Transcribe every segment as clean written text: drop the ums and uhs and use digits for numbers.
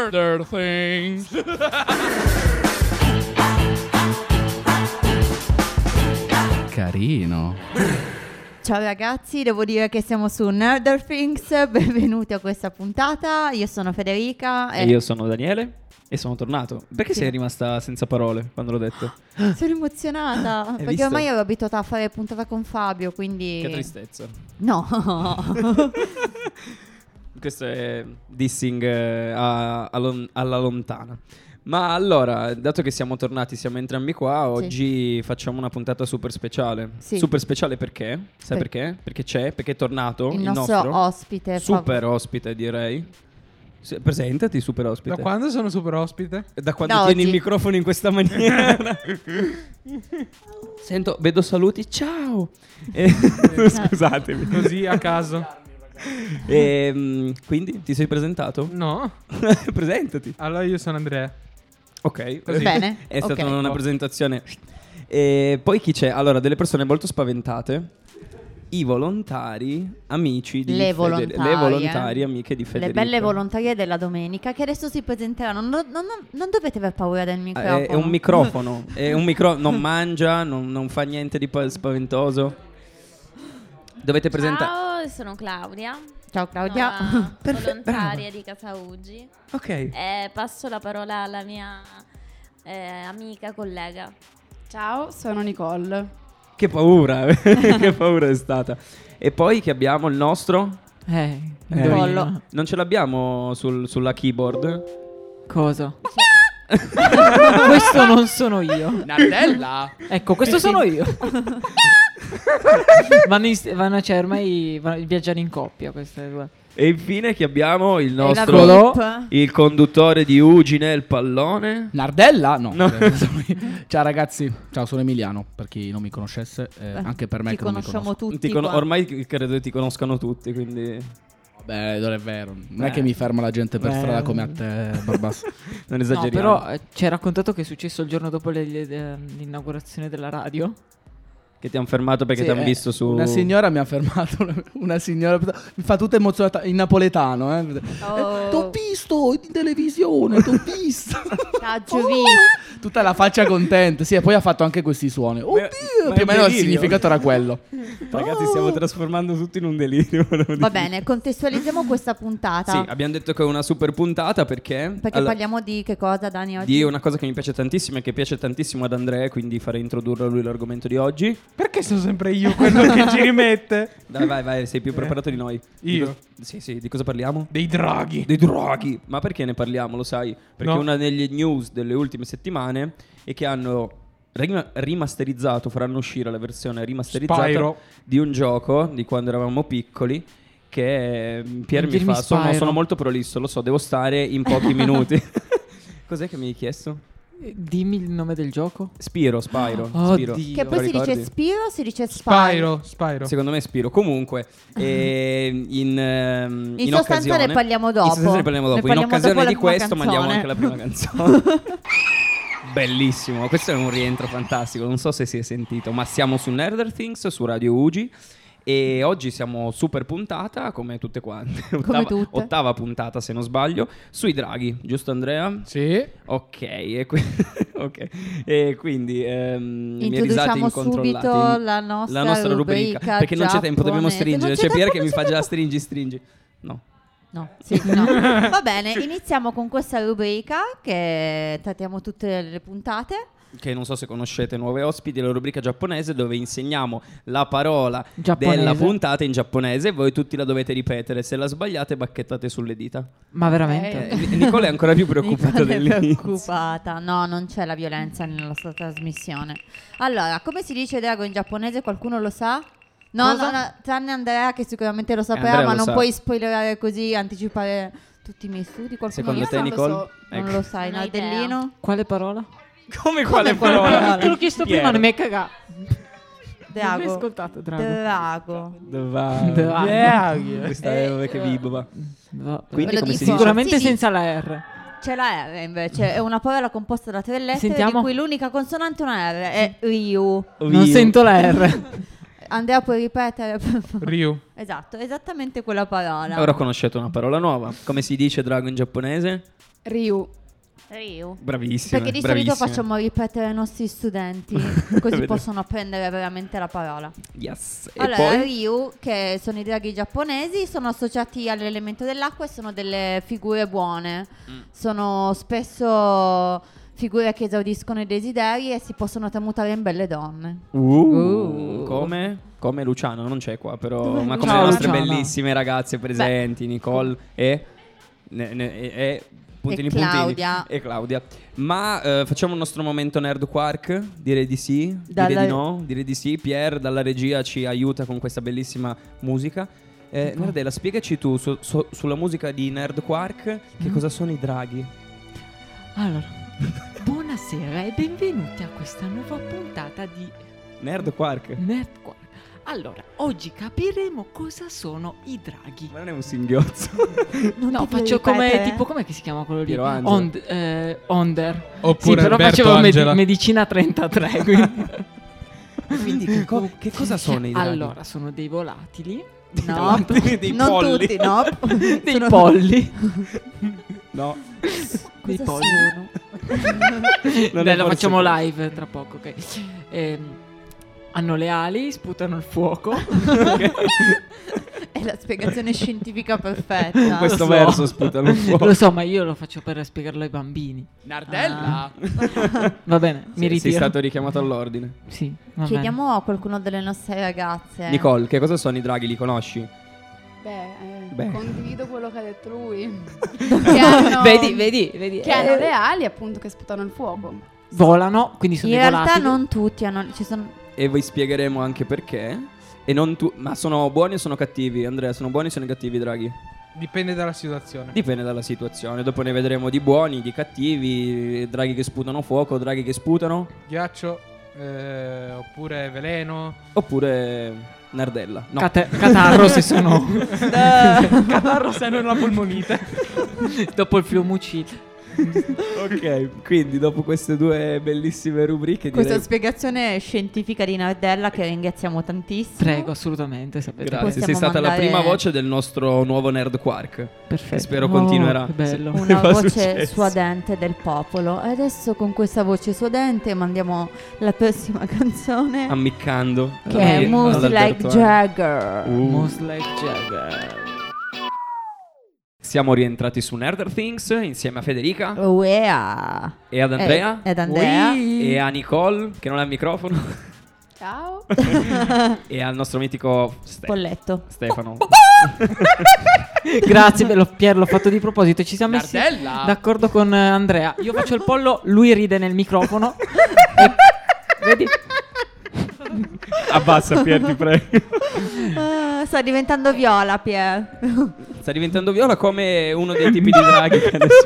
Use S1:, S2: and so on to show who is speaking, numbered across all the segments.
S1: Murder Things.
S2: Carino.
S3: Ciao ragazzi, devo dire che siamo su Nerder Things, benvenuti a questa puntata, io sono Federica
S4: e io sono Daniele e sono tornato. Perché sei rimasta senza parole quando l'ho detto?
S3: Sono emozionata, perché
S4: visto?
S3: ormai ero abituata a fare puntata con Fabio, quindi...
S4: Che tristezza.
S3: No.
S4: Questo è dissing alla lontana. Ma allora, dato che siamo tornati, siamo entrambi qua, oggi facciamo una puntata super speciale.
S3: Sì.
S4: Super speciale perché? Sai perché? Perché è tornato
S3: il nostro ospite.
S4: Super ospite, direi. Presentati, super ospite.
S1: Da quando sono super ospite?
S4: Da quando tieni il microfono in questa maniera. Vedo saluti, ciao. Scusatemi.
S1: Così a caso.
S4: Quindi ti sei presentato?
S1: No.
S4: Presentati.
S1: Allora io sono Andrea.
S4: Ok,
S1: così.
S3: Bene.
S4: È stata una presentazione. E poi chi c'è? Allora, delle persone molto spaventate. I volontari, amici di
S3: le
S4: volontarie, amiche di Federica.
S3: Le belle volontarie della domenica che adesso si presenteranno. Non dovete aver paura del microfono.
S4: È un microfono. Non mangia, non fa niente di spaventoso. Dovete presentare.
S5: Ciao, sono Claudia.
S3: Ciao Claudia.
S5: Sono volontaria di Casa Ugi.
S4: Ok.
S5: Passo la parola alla mia amica, collega.
S6: Ciao, sono Nicole.
S4: Che paura, che paura è stata. E poi che abbiamo il nostro?
S3: Collo.
S4: Non ce l'abbiamo sulla keyboard?
S7: Cosa? Questo non sono io.
S1: Nardella?
S7: Ecco, questo sono io. Cioè ormai viaggiano in coppia queste due.
S4: E infine che abbiamo il
S3: la
S4: nostro
S3: VIP.
S4: il conduttore di Ugine, il pallone.
S2: Nardella? No. Ciao ragazzi, ciao, sono Emiliano, per chi non mi conoscesse, anche per me
S3: Ti
S2: che non mi
S3: conosciamo
S2: conosco.
S3: tutti qua.
S4: Ormai credo ti conoscano tutti, quindi
S2: Vabbè, non è vero. Non è che mi ferma la gente per strada come a te, Barbasso.
S4: non
S7: No,
S4: esageriamo.
S7: però ci hai raccontato che è successo il giorno dopo l'inaugurazione della radio?
S4: Che ti hanno fermato perché
S2: Sì,
S4: ti hanno visto su...
S2: Una signora mi ha fermato. Una signora mi fa tutta emozionata in napoletano. T'ho visto in televisione, t'ho visto. Tutta la faccia contenta. Sì, e poi ha fatto anche questi suoni. Oddio,
S4: ma
S2: più
S4: è
S2: o meno il
S4: delirio.
S2: significato era quello.
S4: Ragazzi, stiamo trasformando tutto in un delirio.
S3: Va bene, contestualizziamo questa puntata.
S4: Sì, abbiamo detto che è una super puntata perché
S3: Parliamo di che cosa, Dani, oggi?
S4: di una cosa che mi piace tantissimo e che piace tantissimo ad Andrea, quindi farei introdurre a lui l'argomento di oggi.
S1: Perché sono sempre io quello che ci rimette?
S4: Dai, vai, sei più preparato di noi.
S1: Io?
S4: Sì, di cosa parliamo?
S1: Dei draghi.
S4: Dei draghi. Ma perché ne parliamo, lo sai? Perché
S1: No.
S4: una delle news delle ultime settimane è che hanno rimasterizzato, faranno uscire la versione rimasterizzata
S1: Spyro.
S4: di un gioco di quando eravamo piccoli che Pier mi fa sono molto prolisso, lo so, devo stare in pochi minuti. Cos'è che mi hai chiesto?
S7: Dimmi il nome del gioco.
S4: Spyro.
S7: Oddio.
S3: Che poi
S4: Lo
S3: si dice
S4: ricordi?
S3: Spiro o si dice Spyro?
S1: Spyro.
S4: Secondo me è Spiro. Comunque, in
S3: sostanza
S4: occasione
S3: ne parliamo dopo.
S4: In sostanza ne parliamo dopo.
S3: Ne
S4: In
S3: parliamo
S4: occasione
S3: dopo
S4: di
S3: la prima
S4: questo mandiamo
S3: canzone.
S4: anche la prima canzone. Bellissimo, questo è un rientro fantastico. Non so se si è sentito, ma siamo su Nerder Things, su Radio Ugi. E oggi siamo super puntata, come tutte quante. Ottava puntata, se non sbaglio, sui draghi, giusto Andrea?
S1: Sì.
S4: Ok, e quindi mie risate
S3: Introduciamo
S4: incontrollate.
S3: subito la nostra rubrica
S4: perché non c'è tempo, dobbiamo
S3: giapponese.
S4: stringere. C'è Pier che mi fa già stringi. No.
S3: No, sì, no. Va bene, iniziamo con questa rubrica che trattiamo tutte le puntate.
S4: Che non so se conoscete, nuove ospiti, la rubrica giapponese dove insegniamo la parola
S7: Giapponese.
S4: della puntata in giapponese e voi tutti la dovete ripetere. Se la sbagliate bacchettate sulle dita.
S7: Ma veramente?
S4: Nicola è ancora più preoccupata
S3: Nicole è
S4: dell'inizio.
S3: preoccupata. No, non c'è la violenza nella nostra trasmissione. Allora, come si dice drago in giapponese? Qualcuno lo sa? No, tranne Andrea che sicuramente lo saprà,
S4: Andrea
S3: ma
S4: lo
S3: non
S4: sa.
S3: puoi spoilerare così, anticipare tutti i miei studi. Qualcuno
S4: Secondo
S3: lo
S4: te,
S3: sa?
S4: Nicole?
S6: so.
S3: Non
S4: Ecco.
S3: lo sai,
S5: Non ho
S3: Nardellino?
S7: Quale parola?
S4: Come quale parola?
S7: Te l'ho chiesto
S4: Pier.
S7: prima, non mi hai cagato.
S3: Drago.
S7: Non mi hai ascoltato, Drago.
S4: Draghi. Questa è che vibo.
S7: No,
S4: Quindi
S3: Ve lo
S4: come si
S3: dico.
S4: dice?
S7: sicuramente
S3: Sì,
S7: senza la R.
S3: C'è la R invece, è una parola composta da 3 lettere
S7: Sentiamo.
S3: di cui l'unica consonante è una R, è Ryu.
S7: Non sento la R.
S3: Andrea, puoi ripetere?
S1: Ryu.
S3: Esatto, esattamente quella parola.
S4: Ora conoscete una parola nuova. Come si dice drago in giapponese?
S6: Ryu.
S5: Ryu.
S4: Bravissima.
S3: Perché di
S4: bravissima.
S3: solito facciamo ripetere ai nostri studenti, così possono apprendere veramente la parola.
S4: Yes. E
S3: Allora,
S4: poi?
S3: Ryu, che sono i draghi giapponesi, sono associati all'elemento dell'acqua e sono delle figure buone. Sono spesso figure che esaudiscono i desideri e si possono tramutare in belle donne.
S4: Come? Come Luciano, non c'è qua, però.
S3: Dov'è
S4: Ma come
S7: Luciano?
S4: le nostre
S7: Luciano.
S4: bellissime ragazze presenti, Nicole e puntini
S3: E Claudia.
S4: E Claudia. Ma facciamo il nostro momento Nerd Quark? Direi di sì.
S3: Dalla-
S4: Direi di no. Direi di sì. Pier dalla regia ci aiuta con questa bellissima musica. Nardella, spiegaci tu sulla musica di Nerd Quark che cosa sono i draghi.
S7: Allora, buonasera e benvenuti a questa nuova puntata di
S4: Nerd Quark?
S7: Nerd Quark. Allora, oggi capiremo cosa sono i draghi.
S4: Ma non è un singhiozzo.
S3: Non
S7: No,
S3: ti puoi
S7: faccio come
S3: ripetere?
S7: tipo, com'è che si chiama quello lì?
S4: Piero Angelo.
S7: Onder.
S1: Oppure
S7: sì, però
S1: Alberto
S7: facevo
S1: Angela.
S7: medicina 33, quindi.
S4: Quindi che cosa sono i draghi?
S7: Allora, sono dei volatili,
S3: No,
S4: Dei
S3: non
S4: polli.
S3: tutti, no.
S7: dei
S3: Sono-
S7: polli.
S4: No.
S7: Dei
S3: Cosa
S7: polli.
S3: sono?
S4: Non
S7: Dai,
S4: è
S7: lo
S4: forse
S7: facciamo
S4: quello.
S7: live tra poco, ok. Hanno le ali, sputano il fuoco.
S3: È la spiegazione scientifica perfetta.
S4: Questo
S7: Lo so.
S4: verso sputano un po'.
S7: Lo so, ma io lo faccio per spiegarlo ai bambini.
S2: Nardella?
S7: Va bene, mi
S4: Sei
S7: ritiro.
S4: stato richiamato all'ordine.
S7: Sì, va bene.
S3: Chiediamo a qualcuno delle nostre ragazze.
S4: Nicole, che cosa sono i draghi? Li conosci?
S6: Beh, condivido quello che ha detto lui.
S7: Vedi.
S6: Che hanno le ali, appunto, che sputano il fuoco.
S7: Volano, quindi sono
S3: In
S7: dei
S3: realtà
S7: volatili.
S3: non tutti hanno, ci sono
S4: E vi spiegheremo anche perché. E non tu. Ma sono buoni o sono cattivi? Andrea, sono buoni o sono cattivi i draghi?
S1: Dipende dalla situazione.
S4: Dipende dalla situazione. Dopo ne vedremo di buoni, di cattivi, draghi che sputano fuoco, draghi che sputano.
S1: Ghiaccio, oppure veleno.
S4: Oppure Nardella. No.
S7: Catarro se sono
S1: Catarro se non la polmonite.
S7: dopo il fluomucil.
S4: Ok, quindi dopo queste due bellissime rubriche
S3: questa
S4: direi...
S3: spiegazione scientifica di Nardella che ringraziamo tantissimo.
S7: Prego, assolutamente, sapete.
S4: Grazie, sei
S3: Possiamo
S4: stata la
S3: mandare-
S4: prima voce del nostro nuovo Nerd Quark.
S7: Perfetto.
S4: E spero continuerà.
S7: Che bello.
S4: Sì.
S3: Una
S4: Fa
S3: voce
S4: successo.
S3: suadente del popolo. E adesso con questa voce suadente mandiamo la prossima canzone
S4: Ammiccando.
S3: che è
S4: Ad
S3: Moves Like
S4: Alberto
S3: Jagger.
S7: Moves like Jagger.
S4: Siamo rientrati su Nerder Things insieme a Federica
S3: Oh yeah.
S4: e ad Andrea
S3: Ed Andrea.
S4: e a Nicole che non ha il microfono
S6: Ciao.
S4: e al nostro mitico
S3: Polletto.
S4: Stefano.
S7: Grazie, Pier, l'ho fatto di proposito. Ci siamo messi
S2: Nardella?
S7: d'accordo con Andrea. Io faccio il pollo, lui ride nel microfono. E- vedi?
S4: Abbassa Pier, ti prego.
S3: Sta diventando viola, Pier.
S4: Sta diventando viola come uno dei tipi di draghi che adesso...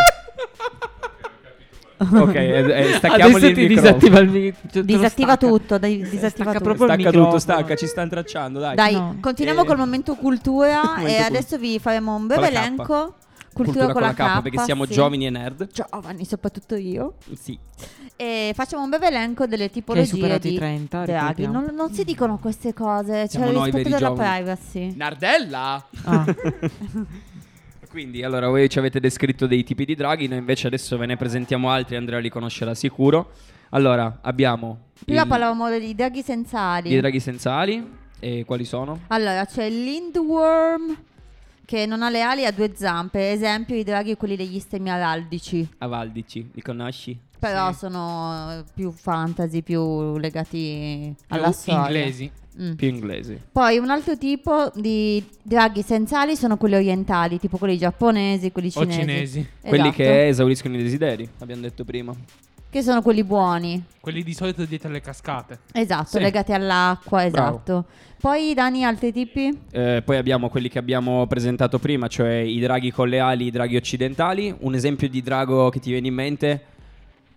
S4: Ok, stacchiamogli
S7: Adesso
S4: il
S7: ti
S4: microfono.
S7: disattiva il microfono.
S3: Disattiva tutto, disattiva
S7: Stacca
S3: tutto.
S7: proprio il
S4: Stacca
S7: microfono.
S4: tutto, stacca, ci sta intracciando, dai.
S3: Dai,
S7: No.
S3: continuiamo col momento cultura
S4: Momento
S3: e
S4: cul-
S3: adesso vi faremo un
S4: Con
S3: breve
S4: la K.
S3: elenco. Cultura con la K,
S4: perché siamo
S3: sì.
S4: giovani e nerd.
S3: Giovani, soprattutto io.
S4: Sì.
S3: E facciamo un breve elenco delle
S7: Che hai
S3: tipologie
S7: superato i
S3: di
S7: 30,
S3: draghi.
S7: ricordiamo.
S3: Non si dicono queste cose,
S4: Siamo
S3: c'è il
S4: noi
S3: rispetto
S4: veri
S3: della
S4: giovani.
S3: privacy.
S2: Nardella?
S7: Ah.
S4: Quindi, allora, voi ci avete descritto dei tipi di draghi, noi invece adesso ve ne presentiamo altri, Andrea li conoscerà sicuro. Allora, abbiamo
S3: Prima parlavamo dei draghi sensali.
S4: i draghi sensali. E quali sono?
S3: Allora, c'è il Lindworm che non ha le ali e ha due zampe. Esempio, i draghi quelli degli stemmi araldici.
S4: Avaldici, li conosci?
S3: Però sono più fantasy, più legati alla storia.
S1: Inglesi.
S3: Mm.
S4: Più inglesi.
S3: Poi un altro tipo di draghi sensali sono quelli orientali, tipo quelli giapponesi, quelli
S1: O
S3: cinesi.
S1: cinesi.
S4: Quelli
S3: Esatto.
S4: che esauriscono i desideri, abbiamo detto prima.
S3: Che sono quelli buoni.
S1: Quelli di solito dietro le cascate.
S3: Esatto,
S4: Sì.
S3: legati all'acqua,
S4: Bravo.
S3: esatto. Poi Dani, altri tipi?
S4: Poi abbiamo quelli che abbiamo presentato prima, cioè i draghi con le ali, i draghi occidentali. Un esempio di drago che ti viene in mente?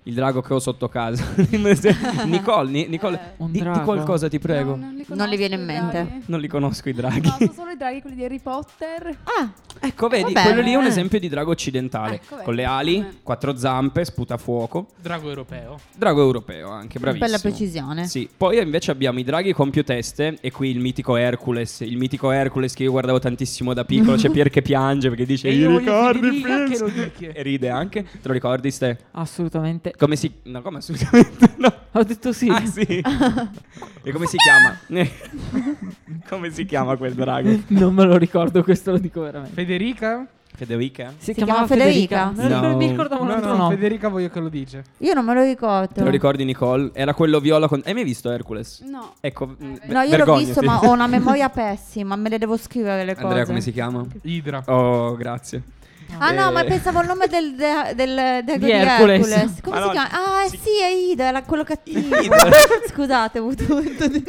S4: Il drago che ho sotto casa. Nicole,
S7: Un
S4: di
S7: drago.
S4: qualcosa ti prego.
S6: No,
S3: Non le viene in
S6: i
S3: mente.
S6: draghi.
S4: Non li conosco i draghi.
S6: No, sono solo i draghi, quelli di Harry Potter.
S3: Ah,
S4: Ecco, vedi,
S3: Va bene.
S4: quello lì è un esempio di drago occidentale.
S6: Ecco,
S4: con le
S6: vedi,
S4: ali,
S6: come-
S4: 4 zampe, sputa fuoco.
S1: Drago europeo.
S4: Drago europeo anche, bravissimo.
S3: bella precisione.
S4: Sì, poi invece abbiamo i draghi con più teste e qui il mitico Hercules che io guardavo tantissimo da piccolo, c'è Pier che piange perché dice
S1: E
S4: "I
S1: io voglio
S4: ricordi
S1: Federica
S4: Prince".
S1: che lo dica.
S4: E ride anche. Te lo ricordi ste?
S7: Assolutamente.
S4: Come si No, come assolutamente no.
S7: Ho detto sì.
S4: Ah, sì. E come si chiama? Come si chiama quel drago?
S7: Non me lo ricordo, questo lo dico veramente.
S1: Federica?
S4: Federica?
S7: Si
S3: chiamava Federica?
S4: No.
S7: Mi ricordavo un
S1: No,
S7: altro
S1: no,
S7: nome.
S1: Federica voglio che lo dice.
S3: Io non me lo ricordo.
S4: Te lo ricordi Nicole? Era quello viola con... Hai mai visto Hercules?
S6: No.
S4: Ecco,
S3: No, io l'ho visto, ma ho una memoria pessima. Me le devo scrivere le cose.
S4: Andrea, come si chiama?
S1: Idra.
S4: Oh, grazie.
S3: Ah no, ma pensavo al nome del
S7: Di Hercules.
S3: Come
S4: Ma
S3: si
S4: no,
S3: chiama? Ah,
S4: si-
S3: sì, è Ida, era quello cattivo.
S4: Ida.
S3: Scusate, ho avuto un momento di...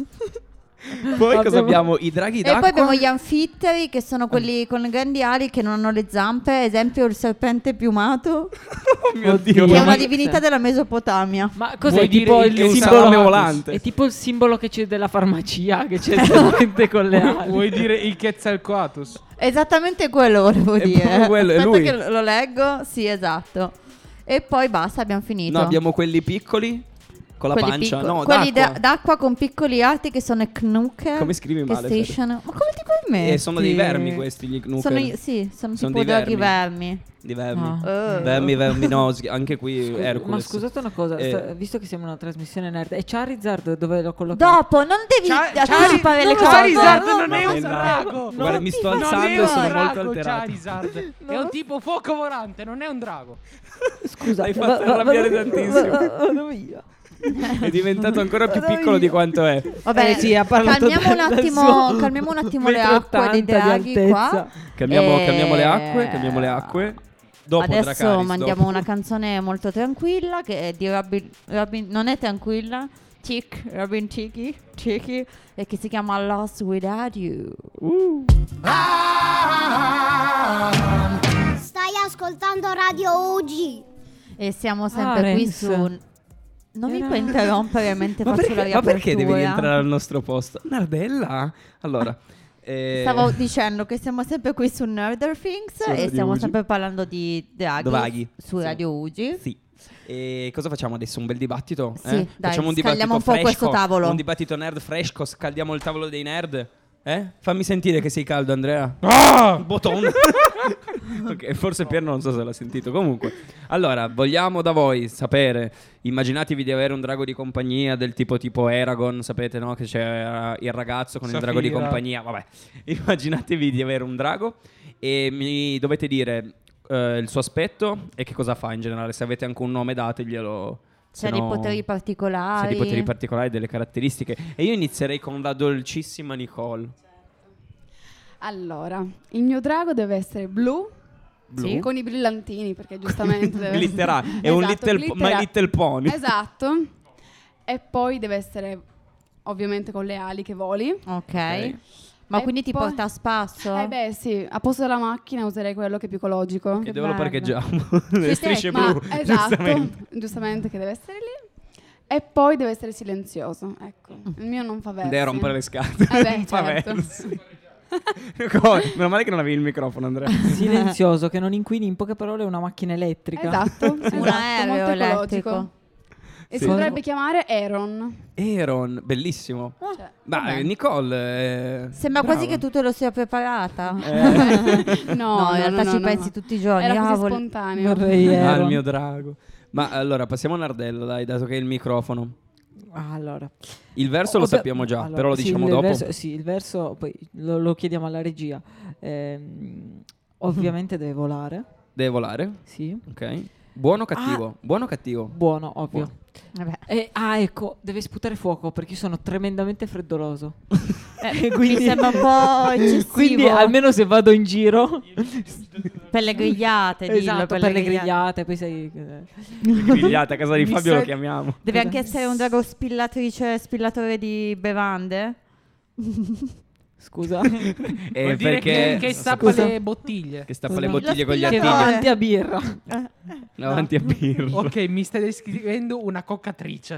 S4: Poi cosa abbiamo? I draghi
S3: E
S4: d'acqua.
S3: poi abbiamo gli anfitteri, che sono quelli con le grandi ali che non hanno le zampe. Esempio il serpente piumato,
S4: Oh mio
S7: Oddio.
S4: Dio.
S3: che è una
S7: ma-
S3: divinità della Mesopotamia.
S7: Ma cos'è
S4: Vuoi
S7: tipo
S4: dire
S7: il
S4: che è un
S7: simbolo
S4: salame volante?
S7: È tipo il simbolo che c'è della farmacia, che c'è il serpente con le ali.
S1: Vuoi dire il Quetzalcoatlus?
S3: Esattamente quello volevo
S4: È
S3: dire.
S4: proprio quello, è
S3: Aspetta
S4: lui.
S3: che lo leggo. Sì, esatto. E poi basta, abbiamo finito.
S4: No, abbiamo quelli piccoli con la
S3: Quelli
S4: pancia.
S3: piccoli-
S4: No,
S3: quelli
S4: d'acqua.
S3: d'acqua con piccoli arti che sono i knucker.
S4: Come scrivi
S3: che
S4: male, Fede?
S3: strisciano. Ma come ti permetti?
S4: E sono dei vermi questi, gli knucker.
S3: Sono
S4: Sono
S3: tipo
S4: dei
S3: draghi vermi.
S4: Di vermi.
S7: Ah.
S4: Vermi verminosi. Anche qui Hercules.
S7: Ma scusate una cosa, visto che siamo una trasmissione nerd, e Charizard dove lo collochiamo?
S3: Dopo, non devi anticipare le cose.
S1: Charizard
S3: No,
S1: non è un
S4: no.
S1: drago.
S4: Guarda, mi sto
S3: Non ti
S4: alzando e
S3: fai-
S4: sono
S1: Non è un
S4: molto
S1: drago,
S4: alterato.
S1: Charizard. È un tipo fuoco volante, non è un drago.
S7: Scusa,
S4: L'hai fatto arrabbiare tantissimo.
S7: Vado via.
S4: È diventato ancora più piccolo di quanto è.
S3: Vabbè,
S7: sì, ha parlato
S3: calmiamo un attimo le acque dei draghi qua.
S4: Calmiamo le acque. Dopo
S3: Adesso
S4: Dracarys,
S3: mandiamo
S4: dopo.
S3: una canzone molto tranquilla che è di Robin non è tranquilla, Robin Tiki, e che si chiama Lost Without You.
S8: Stai ascoltando Radio UG.
S3: E siamo sempre qui
S7: Renz.
S3: su... Non mi puoi interrompere mentre
S4: Ma
S3: faccio la
S4: perché, ma
S3: riapertura.
S4: perché devi rientrare al nostro posto? Nardella? Allora,
S3: Stavo dicendo che siamo sempre qui su Nerder Things
S4: Su
S3: e
S4: Radio
S3: stiamo
S4: Ugi.
S3: sempre parlando di draghi su
S4: Sì.
S3: Radio Ugi.
S4: sì. E cosa facciamo adesso? Un bel dibattito?
S3: Sì, dai,
S4: Facciamo un
S3: scaldiamo
S4: dibattito
S3: un po' questo
S4: fresco,
S3: tavolo.
S4: un dibattito nerd fresco, scaldiamo il tavolo dei nerd. Fammi sentire che sei caldo, Andrea. Boton. Ok, forse Pier non so se l'ha sentito. Comunque, allora, vogliamo da voi sapere, immaginatevi di avere un drago di compagnia del tipo Eragon, sapete, no? Che c'è il ragazzo con il drago di
S1: Safira.
S4: compagnia. Vabbè, immaginatevi di avere un drago e mi dovete dire il suo aspetto e che cosa fa in generale. Se avete anche un nome, dateglielo.
S3: C'è
S4: se
S3: dei
S4: no-
S3: poteri
S4: se
S3: particolari.
S4: dei poteri particolari, delle caratteristiche. E io inizierei con la dolcissima Nicole.
S6: Allora, il mio drago deve essere blu,
S4: Blu?
S6: con i brillantini, perché giustamente deve
S4: Glitterà. È
S6: Esatto,
S4: un My
S6: glitterà.
S4: Little Pony.
S6: Esatto. E poi deve essere ovviamente con le ali che voli.
S3: Ok. Ma
S6: E
S3: quindi ti
S6: poi-
S3: porta a spasso?
S6: Eh beh sì, a posto della macchina userei quello che è più ecologico.
S4: E dove lo
S3: bello.
S4: parcheggiamo? Le strisce
S6: Ma
S4: blu.
S6: esatto,
S4: Giustamente.
S6: giustamente che deve essere lì. E poi deve essere silenzioso, ecco. Il mio non fa versi.
S4: Deve rompere le scatole.
S6: Eh beh,
S4: Non fa
S6: certo.
S4: versi. Come? Meno male che non avevi il microfono, Andrea.
S7: Silenzioso, che non inquini, in poche parole, una macchina elettrica.
S6: Esatto,
S3: Un
S6: esatto,
S3: aereo
S6: molto
S3: elettrico.
S6: ecologico. E
S4: Sì.
S6: si potrebbe chiamare Aaron.
S4: Aaron, bellissimo.
S6: Cioè,
S4: Ma
S6: vabbè.
S4: Nicole.
S3: Sembra quasi che tu te lo sia preparata.
S6: No,
S3: in realtà
S6: no,
S3: ci
S6: no,
S3: pensi
S6: no.
S3: tutti i giorni.
S6: Era così
S3: Cavoli.
S6: spontaneo.
S7: Vorrei
S4: Ah, il
S7: Aaron.
S4: mio drago. Ma allora passiamo a Nardello, dai, dato che è il microfono.
S7: Allora.
S4: Il verso lo
S7: Vabbè,
S4: sappiamo già,
S7: allora,
S4: però lo
S7: sì,
S4: diciamo
S7: il
S4: dopo.
S7: verso- sì, il verso poi lo chiediamo alla regia. Ovviamente deve volare.
S4: Deve volare.
S7: Sì.
S4: Ok. Buono o cattivo? Buono o cattivo?
S7: Buono, ovvio.
S4: Buono.
S3: Vabbè.
S7: Ecco, deve sputare fuoco perché io sono tremendamente freddoloso.
S3: Mi sembra un po' eccessivo.
S7: Quindi almeno se vado in giro
S3: Per le grigliate, dillo,
S7: esatto, per le grigliate, poi sei
S4: Grigliate a casa di
S3: Mi
S4: Fabio lo
S3: sa-
S4: chiamiamo.
S3: Deve anche essere un drago spillatore di bevande.
S7: Scusa.
S4: Eh,
S1: Vuol dire
S4: perché
S1: che stappa
S7: Scusa.
S1: le bottiglie.
S4: che stappa le
S3: La
S4: bottiglie con gli
S3: spilla
S7: Che
S3: no,
S4: artigli.
S7: va avanti a birra.
S4: Davanti a Pirlo.
S1: Ok, mi stai descrivendo una coccatrice.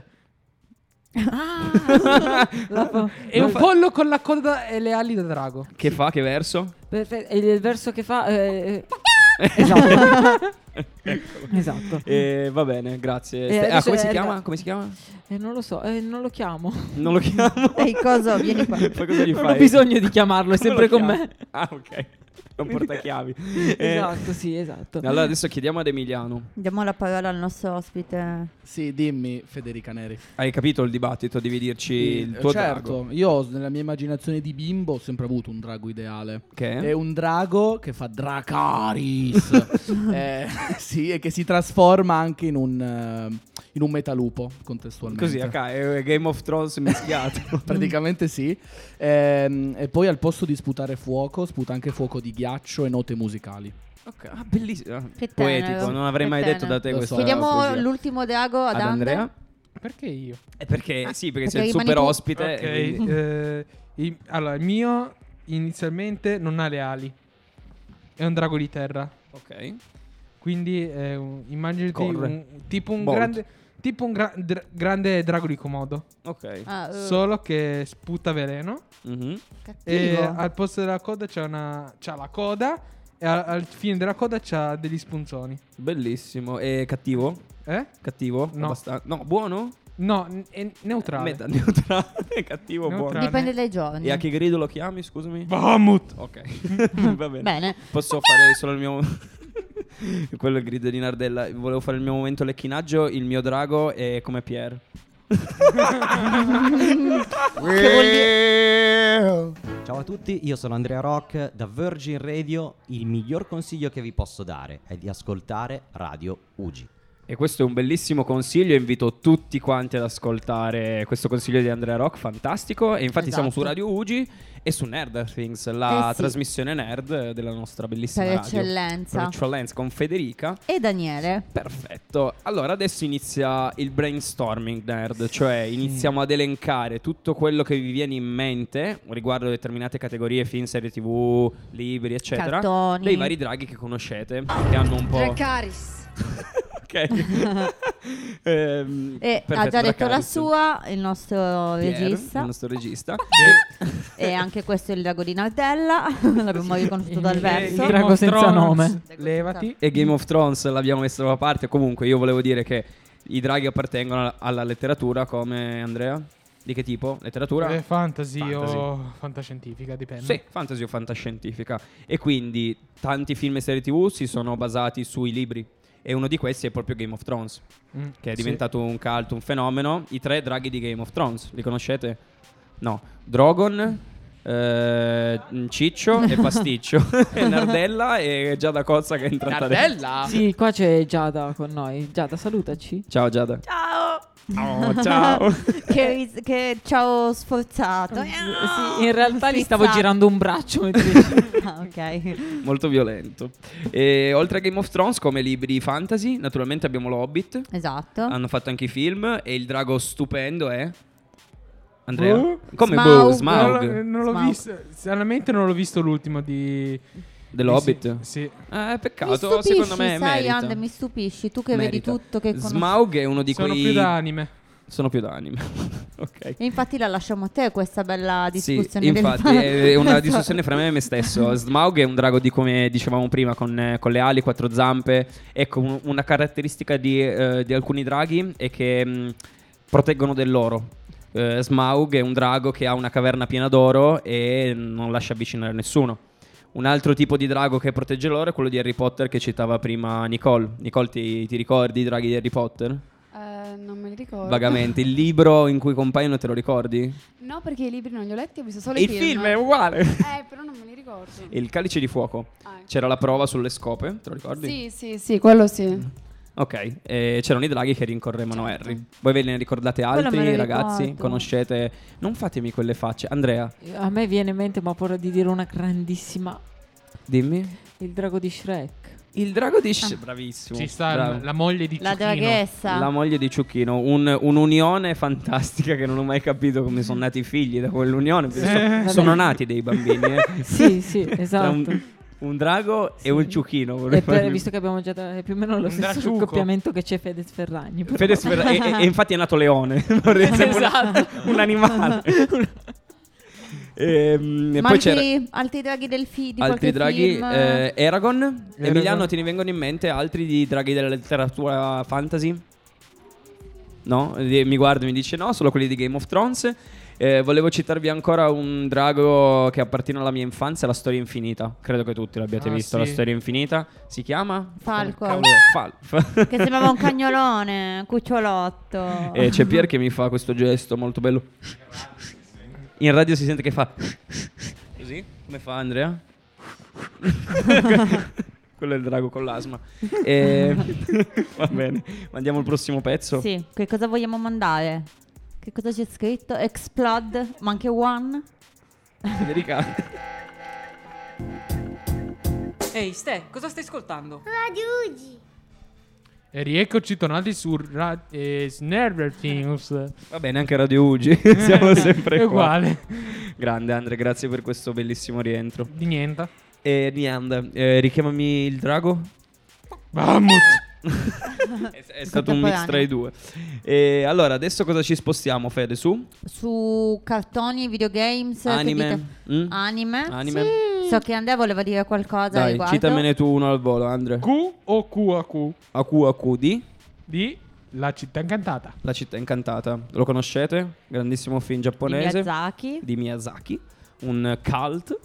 S1: È un pollo con la coda e le ali da drago.
S4: Che fa? Che verso?
S7: Perfetto. E il verso che fa... esatto. Esatto.
S4: Va bene, grazie.
S7: adesso
S4: Come si
S7: è
S4: chiama? Come si chiama?
S7: Non lo so, non lo chiamo.
S4: Non lo chiamo.
S3: Ehi, cosa? Vieni qua.
S4: Poi cosa gli
S7: Non
S4: fai?
S7: ho bisogno di chiamarlo, è sempre con me.
S4: Ah, ok. Non portachiavi.
S7: Esatto, sì, esatto.
S4: Allora adesso chiediamo ad Emiliano.
S3: Diamo la parola al nostro ospite.
S2: Sì, dimmi, Federica Neri.
S4: Hai capito il dibattito? Devi dirci il tuo
S2: certo,
S4: drago.
S2: io nella mia immaginazione di bimbo ho sempre avuto un drago ideale.
S4: Che?
S2: È un drago che fa Dracaris. Sì, e che si trasforma anche in un metalupo contestualmente.
S4: Così, è Game of Thrones mischiato.
S2: Praticamente sì. E poi al posto di sputare fuoco, sputa anche fuoco di ghiaccio e note musicali.
S4: Ok, bellissimo.
S3: Che
S4: Poetico,
S3: tenero,
S4: non avrei
S3: che
S4: mai detto da
S3: tenero.
S4: te
S2: Lo
S4: questa
S2: so.
S3: Chiediamo
S4: poesia.
S3: l'ultimo drago ad
S4: Andrea.
S1: Perché io?
S4: Perché sei il
S3: perché rimani
S4: super
S3: tu.
S4: ospite.
S1: Ok,
S4: e quindi-
S1: allora, il mio inizialmente non ha le ali. È un drago di terra.
S4: Ok.
S1: Quindi immaginati
S4: Corre.
S1: tipo un
S4: Bolt.
S1: grande... Tipo un grande drago di Komodo.
S4: Ok.
S1: Solo che sputa veleno.
S4: Mhm.
S1: E
S3: Cattivo.
S1: al posto della coda c'ha la coda. E al fine della coda c'ha degli spunzoni.
S4: Bellissimo. E cattivo?
S1: Eh?
S4: Cattivo?
S1: No.
S4: No, buono?
S1: No, è neutrale.
S4: Metà neutrale. Cattivo, buono.
S1: Neutrale.
S3: Dipende dai giorni.
S4: E a che grido lo chiami, scusami?
S1: Bahamut.
S4: Ok. Va bene.
S3: Bene.
S4: Posso fare solo il mio... Quello è il grido di Nardella. Volevo fare il mio momento lecchinaggio. Il mio drago è come Pierre.
S9: Ciao a tutti, io sono Andrea Rock da Virgin Radio. Il miglior consiglio che vi posso dare è di ascoltare Radio Ugi.
S4: E questo è un bellissimo consiglio. Invito tutti quanti ad ascoltare questo consiglio di Andrea Rock, fantastico. E infatti siamo su Radio Ugi e su Nerd Things, la
S3: sì.
S4: trasmissione nerd della nostra bellissima
S3: Per
S4: radio.
S3: eccellenza.
S4: Per eccellenza, con Federica.
S3: E Daniele.
S4: Perfetto. Allora adesso inizia il brainstorming nerd, cioè iniziamo ad elencare tutto quello che vi viene in mente riguardo determinate categorie, film, serie TV, libri, eccetera,
S3: Cartoni.
S4: dei vari draghi che conoscete, che hanno un po'...
S8: Dracarys.
S4: Ok.
S3: E ha
S4: Perfetto,
S3: già detto la
S4: Dracarys.
S3: sua, il nostro
S4: Pierre,
S3: regista.
S4: il nostro regista.
S3: E anche questo è il drago di Nardella. L'abbiamo riconosciuto dal verso.
S1: Game
S7: drago
S1: of
S7: senza
S1: Thrones.
S7: nome.
S1: Levati.
S4: E Game of Thrones l'abbiamo messo da parte. Comunque io volevo dire che i draghi appartengono alla letteratura, come Andrea. Di che tipo? Letteratura?
S1: Fantasy
S4: Fantasy.
S1: o fantascientifica, dipende.
S4: Sì, fantasy o fantascientifica. E quindi tanti film e serie TV si sono basati sui libri. E uno di questi è proprio Game of Thrones, che è diventato un cult, un fenomeno. I 3 draghi di Game of Thrones, li conoscete? No. Drogon, Ciccio e Pasticcio. E Nardella e Giada Cozza che è entrata dentro.
S2: Nardella?
S7: Sì, qua c'è Giada con noi. Giada, salutaci.
S4: Ciao Giada.
S3: Ciao.
S4: Oh, ciao.
S3: che ciao sforzato.
S7: Sì, in realtà gli stavo
S3: Spizzato.
S7: girando un braccio mentre
S3: Ah, ok.
S4: Molto violento. E oltre a Game of Thrones, come libri fantasy, naturalmente abbiamo lo Hobbit.
S3: Esatto.
S4: Hanno fatto anche i film. E il drago stupendo è... Andrea? Come
S3: Smaug.
S4: Smaug.
S1: Non l'ho
S3: Smaug.
S1: visto. Sinceramente non l'ho visto l'ultimo
S4: Dell'Hobbit?
S1: Sì.
S4: Peccato,
S3: Mi stupisci,
S4: secondo me
S3: sai,
S4: merita.
S3: Ande, mi stupisci. Tu che
S4: Merita.
S3: vedi tutto, che conosci.
S4: Smaug è uno di
S1: Sono
S4: quei...
S1: più da anime.
S4: Sono più da anime. Ok.
S3: E infatti la lasciamo a te questa bella
S4: Sì,
S3: discussione.
S4: infatti è una discussione fra me e me stesso. Smaug è un drago di, come dicevamo prima, con le ali, 4 zampe. Ecco, una caratteristica di alcuni draghi è che proteggono dell'oro. Smaug è un drago che ha una caverna piena d'oro e non lascia avvicinare nessuno. Un altro tipo di drago che protegge l'oro è quello di Harry Potter che citava prima Nicole. Nicole, ti ricordi i draghi di Harry Potter?
S6: Non me li ricordo.
S4: Vagamente. Il libro in cui compaiono te lo ricordi?
S6: No, perché i libri non li ho letti, ho visto solo
S4: E
S6: i
S4: il
S6: film.
S4: film è uguale.
S6: Però non me li ricordo.
S4: E il calice di fuoco.
S6: Ah, ecco.
S4: C'era la prova sulle scope, te lo ricordi?
S6: Sì, quello sì.
S4: Ok, e c'erano i draghi che rincorrevano Harry. Voi ve ne ricordate
S3: Quello me
S4: altri,
S3: lo
S4: ragazzi?
S3: ricordo.
S4: Conoscete? Non fatemi quelle facce. Andrea,
S7: A me viene in mente, ma ho paura di dire una grandissima.
S4: dimmi.
S7: Il drago di Shrek.
S4: Il drago di Bravissimo.
S1: Ci sta
S4: bravo.
S1: la moglie di
S3: La
S1: Ciuchino.
S3: draghessa.
S4: La moglie di Ciuchino, un'unione fantastica che non ho mai capito come sono nati i figli da quell'unione. Perché sono nati dei bambini.
S7: Sì,
S4: Tra
S7: esatto.
S4: Un drago e un ciuchino.
S7: Visto che abbiamo già più o meno lo stesso accoppiamento che c'è Fedez Ferragni.
S4: E infatti è nato leone.
S7: Esatto.
S4: Un animale.
S3: Ma
S4: poi c'era
S3: altri draghi di
S4: altri
S3: qualche
S4: draghi,
S3: film?
S4: Eragon. Emiliano, te ne vengono in mente altri di draghi della letteratura fantasy? No? Mi guarda e mi dice no, solo quelli di Game of Thrones. Volevo citarvi ancora un drago che appartiene alla mia infanzia, La Storia Infinita. Credo che tutti l'abbiate visto,
S1: sì.
S4: La Storia Infinita. Si chiama?
S3: Falco.
S4: Che
S3: Che sembrava un cagnolone, un cucciolotto.
S4: E c'è Pier che mi fa questo gesto molto bello. In radio si sente che fa così. Come fa Andrea? Quello è il drago con l'asma. Va bene, mandiamo il prossimo pezzo.
S3: Sì, che cosa vogliamo mandare? Che cosa c'è scritto? Explode, ma anche One?
S4: Federica.
S7: Ehi, Ste, cosa stai ascoltando?
S8: Radio Ugi.
S1: E rieccoci tornati su Snare Things.
S4: Va bene, anche Radio Ugi. Siamo sempre
S1: È
S4: qua.
S1: uguale.
S4: Grande Andre, grazie per questo bellissimo rientro.
S1: Di niente.
S4: E niente, richiamami il drago.
S1: Mammut.
S4: È stato un mix tra i due. E allora, adesso cosa ci spostiamo, Fede?
S3: Su cartoni, videogames,
S4: Anime.
S3: Anime.
S4: Anime.
S3: Sì. So che Andrea voleva dire qualcosa
S4: Dai,
S3: riguardo.
S4: citamene tu uno al volo, Andre.
S1: Q o QAQ?
S4: AQ di
S1: Di La città incantata.
S4: La città incantata. Lo conoscete? Grandissimo film giapponese
S3: di
S4: Miyazaki. Un cult.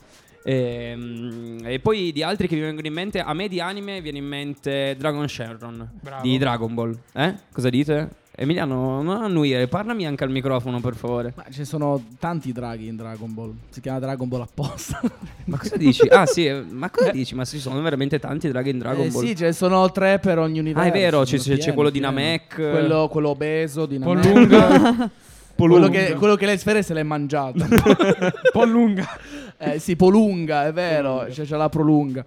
S4: E poi di altri che mi vengono in mente, a me di anime viene in mente Dragon Shenron.
S1: Bravo.
S4: Di Dragon Ball. Cosa dite? Emiliano, non annuire, parlami anche al microfono, per favore.
S2: Ma ci sono tanti draghi in Dragon Ball. Si chiama Dragon Ball apposta.
S4: Ma cosa dici? Ah sì, ma cosa dici? Ma ci sono veramente tanti draghi in Dragon Ball?
S2: Sì, ce ne sono 3 per ogni universo.
S4: Ah, è vero, c'è
S2: Pieno,
S4: quello di
S2: pieno.
S4: Namek.
S2: Quello obeso di Namek.
S1: Polunga.
S2: Quello che le sfere se l'è mangiata.
S1: Polunga.
S2: Sì, Polunga, è vero, c'è la prolunga.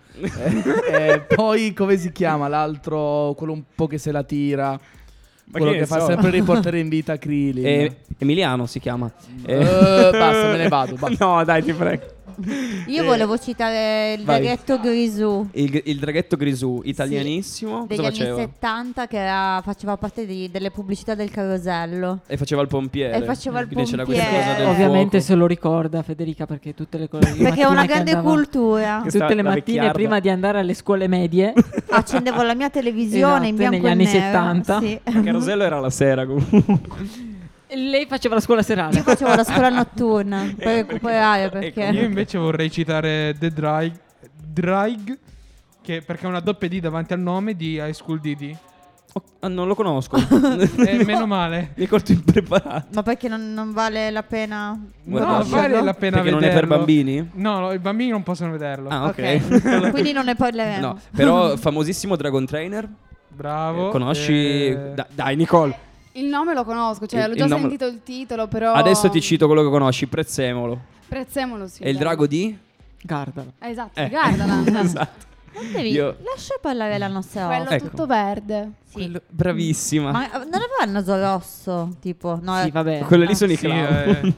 S2: Poi come si chiama l'altro, quello un po' che se la tira, quello che fa sempre riportare in vita Krillin.
S4: Emiliano si chiama.
S2: Basta, me ne vado. Basta.
S4: No, dai, ti prego.
S3: Io volevo citare il draghetto Grisù.
S4: Il draghetto Grisù, italianissimo.
S3: Degli
S4: Cosa
S3: anni
S4: faceva?
S3: 70 che faceva parte delle pubblicità del carosello.
S4: E faceva il pompiere. Quindi c'era questa cosa del
S7: Ovviamente
S4: fuoco.
S7: se lo ricorda Federica, perché tutte le cose
S3: Perché è una grande cultura.
S7: tutte le
S4: la
S7: mattine
S4: vecchiarda.
S7: prima di andare alle scuole medie
S3: Accendevo la mia televisione in
S7: Esatto,
S3: bianco
S7: negli
S3: e
S7: anni
S3: nero.
S7: 70.
S3: Sì.
S4: Il carosello era la sera comunque.
S7: lei faceva la scuola serale.
S3: Io facevo la scuola notturna per recuperare, perché
S1: Io invece vorrei citare The Drag, che perché ha una doppia D davanti al nome di High School DD.
S4: Non lo conosco.
S1: Meno male.
S4: Mi hai colto impreparato.
S3: ma perché non vale la pena
S1: No,
S3: conoscerlo?
S1: vale la pena
S4: Perché
S1: vederlo.
S4: non è per bambini?
S1: No, i bambini non possono vederlo.
S4: Ah, ok.
S3: Ok. Quindi non ne parleremo.
S4: No, però famosissimo Dragon Trainer.
S1: Bravo.
S4: Conosci? Dai, Nicole.
S6: Il nome lo conosco, cioè
S4: Il-
S6: l'ho già
S4: il nome-
S6: sentito il titolo, però...
S4: Adesso ti cito quello che conosci, Prezzemolo.
S6: Prezzemolo, sì.
S4: È il
S6: dai.
S4: drago di?
S7: Gardala.
S6: Esatto, Gardaland.
S4: Esatto.
S3: Non devi
S4: Io-
S3: lascia parlare la nostra
S6: Quello
S3: ospite.
S4: Ecco.
S6: tutto verde.
S3: Sì.
S4: Bravissima.
S3: Ma non aveva il naso rosso, tipo? No,
S7: Sì, vabbè.
S4: Quello lì sono i
S1: Sì,
S4: clown.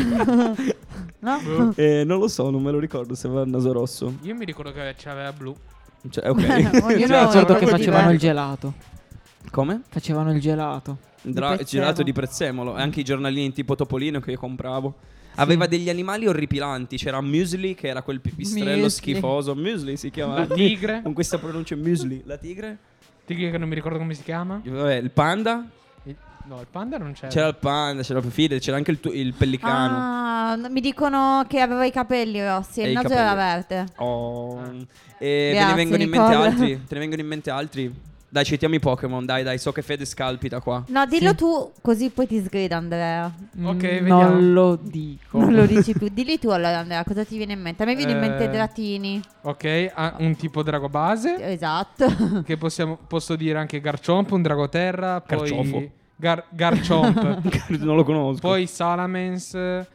S3: no?
S4: Non lo so, non me lo ricordo se aveva il naso rosso.
S1: Io mi ricordo che c'aveva blu.
S4: Cioè, ok.
S3: Ognuno
S7: Io mi
S3: ha
S7: ricordo
S3: un
S7: che
S3: po'
S7: facevano il
S3: diverso.
S7: gelato.
S4: Come?
S7: Facevano il gelato.
S3: prezzemolo.
S4: Girato di prezzemolo. E anche i giornalini tipo Topolino che io compravo. Aveva degli animali orripilanti. C'era Muesli, che era quel pipistrello
S3: Muesli.
S4: schifoso. Muesli si chiamava.
S1: La tigre.
S4: Con questa pronuncia Muesli. La tigre?
S1: Tigre che non mi ricordo come si chiama.
S4: Vabbè, il panda.
S1: No, il panda non c'era.
S4: C'era il panda, c'era il Fide, c'era anche il pellicano.
S3: Ah, mi dicono che aveva i capelli rossi e
S4: E
S3: il
S4: i
S3: naso
S4: capelli.
S3: era verde.
S4: Oh. E
S3: Grazie,
S4: te ne vengono in mente
S3: Nicole.
S4: altri? Te ne vengono in mente altri? Dai, citiamo i Pokémon, dai, so che Fede scalpita qua.
S3: No, dillo tu, così poi ti sgrida Andrea.
S1: Ok, vediamo.
S7: Non lo dico.
S3: Non lo dici più. Dilli tu allora Andrea, cosa ti viene in mente? A me viene in mente
S1: Eh.
S3: Dratini.
S1: Ok, ha un tipo drago base.
S3: Esatto.
S1: Che posso dire anche Garchomp, un drago terra.
S4: Carciofo.
S1: Poi Garchomp.
S4: Non lo conosco.
S1: Poi Salamence.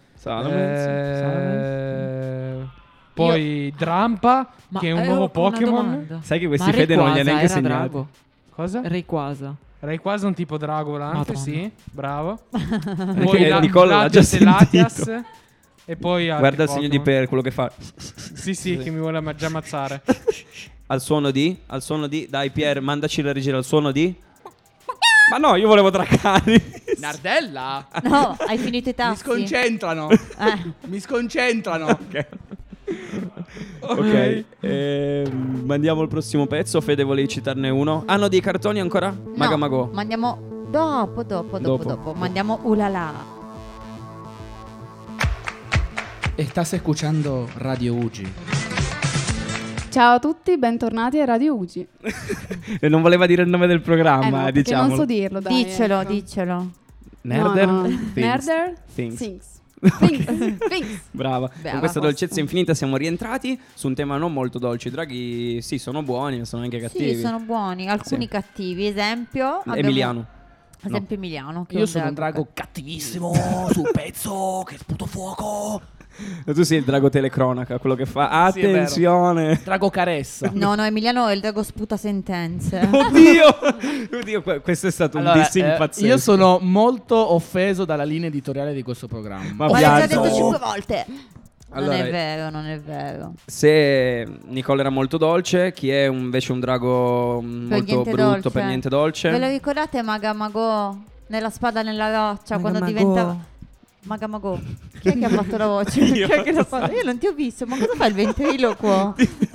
S1: Poi Drampa,
S7: Ma
S1: che è un nuovo Pokémon.
S4: Sai che questi Fede non li ha neanche
S7: era
S4: segnati.
S7: drago.
S1: Cosa?
S7: Rayquaza.
S1: Rayquaza è un tipo drago volante,
S7: Madonna.
S1: sì. Bravo.
S4: Perché Nicole l'ha già
S1: Latias,
S4: sentito.
S1: E poi
S4: Guarda il segno di
S1: Pokémon.
S4: per quello che fa.
S1: Sì, che mi vuole già ammazzare.
S4: Al suono di. Dai, Pier, mandaci la regia al suono di. Ma no, io volevo Dracani.
S2: Nardella?
S3: No, hai finito i
S2: Mi
S3: tassi.
S2: sconcentrano. Mi sconcentrano.
S4: Ok. Mandiamo il prossimo pezzo. Fede, volevi citarne uno? Hanno dei cartoni ancora? Maga Mago.
S3: Mandiamo dopo. Mandiamo Ulala.
S2: Estás escuchando Radio Ugi.
S6: Ciao a tutti, bentornati a Radio Ugi.
S4: E non voleva dire il nome del programma,
S6: no, perché
S4: diciamo.
S6: non so dirlo, dai.
S3: Diccelo.
S4: Nerder?
S6: No.
S4: Things.
S6: Nerder?
S4: Things.
S6: Things.
S4: Brava. Con questa dolcezza infinita siamo rientrati su un tema non molto dolce. I draghi sì, sono buoni, ma sono anche cattivi.
S3: Sì, sono buoni. Alcuni cattivi. Esempio
S4: Emiliano.
S3: Esempio Emiliano. Che
S2: Io sono un drago cattivissimo sul pezzo che sputo fuoco.
S4: Tu sei il drago telecronaca, quello che fa
S2: Sì, è vero.
S4: attenzione.
S2: Drago caressa.
S3: No, Emiliano è il drago sputa sentenze.
S4: Oddio, questo è stato un dissing pazzesco.
S2: Io sono molto offeso dalla linea editoriale di questo programma.
S4: Ma
S3: l'hai già
S4: pianto.
S3: detto 5 volte.
S4: Allora,
S3: non è vero.
S4: Se Nicole era molto dolce, chi è invece un drago molto brutto, per niente dolce?
S3: Ve lo ricordate Maga Mago nella spada nella roccia
S4: Maga
S3: quando
S4: Mago.
S3: diventava Maga Mago? Chi è che ha fatto la voce? Chi è che l'ha fatto? Io non ti ho visto, ma cosa fa il ventriloquo?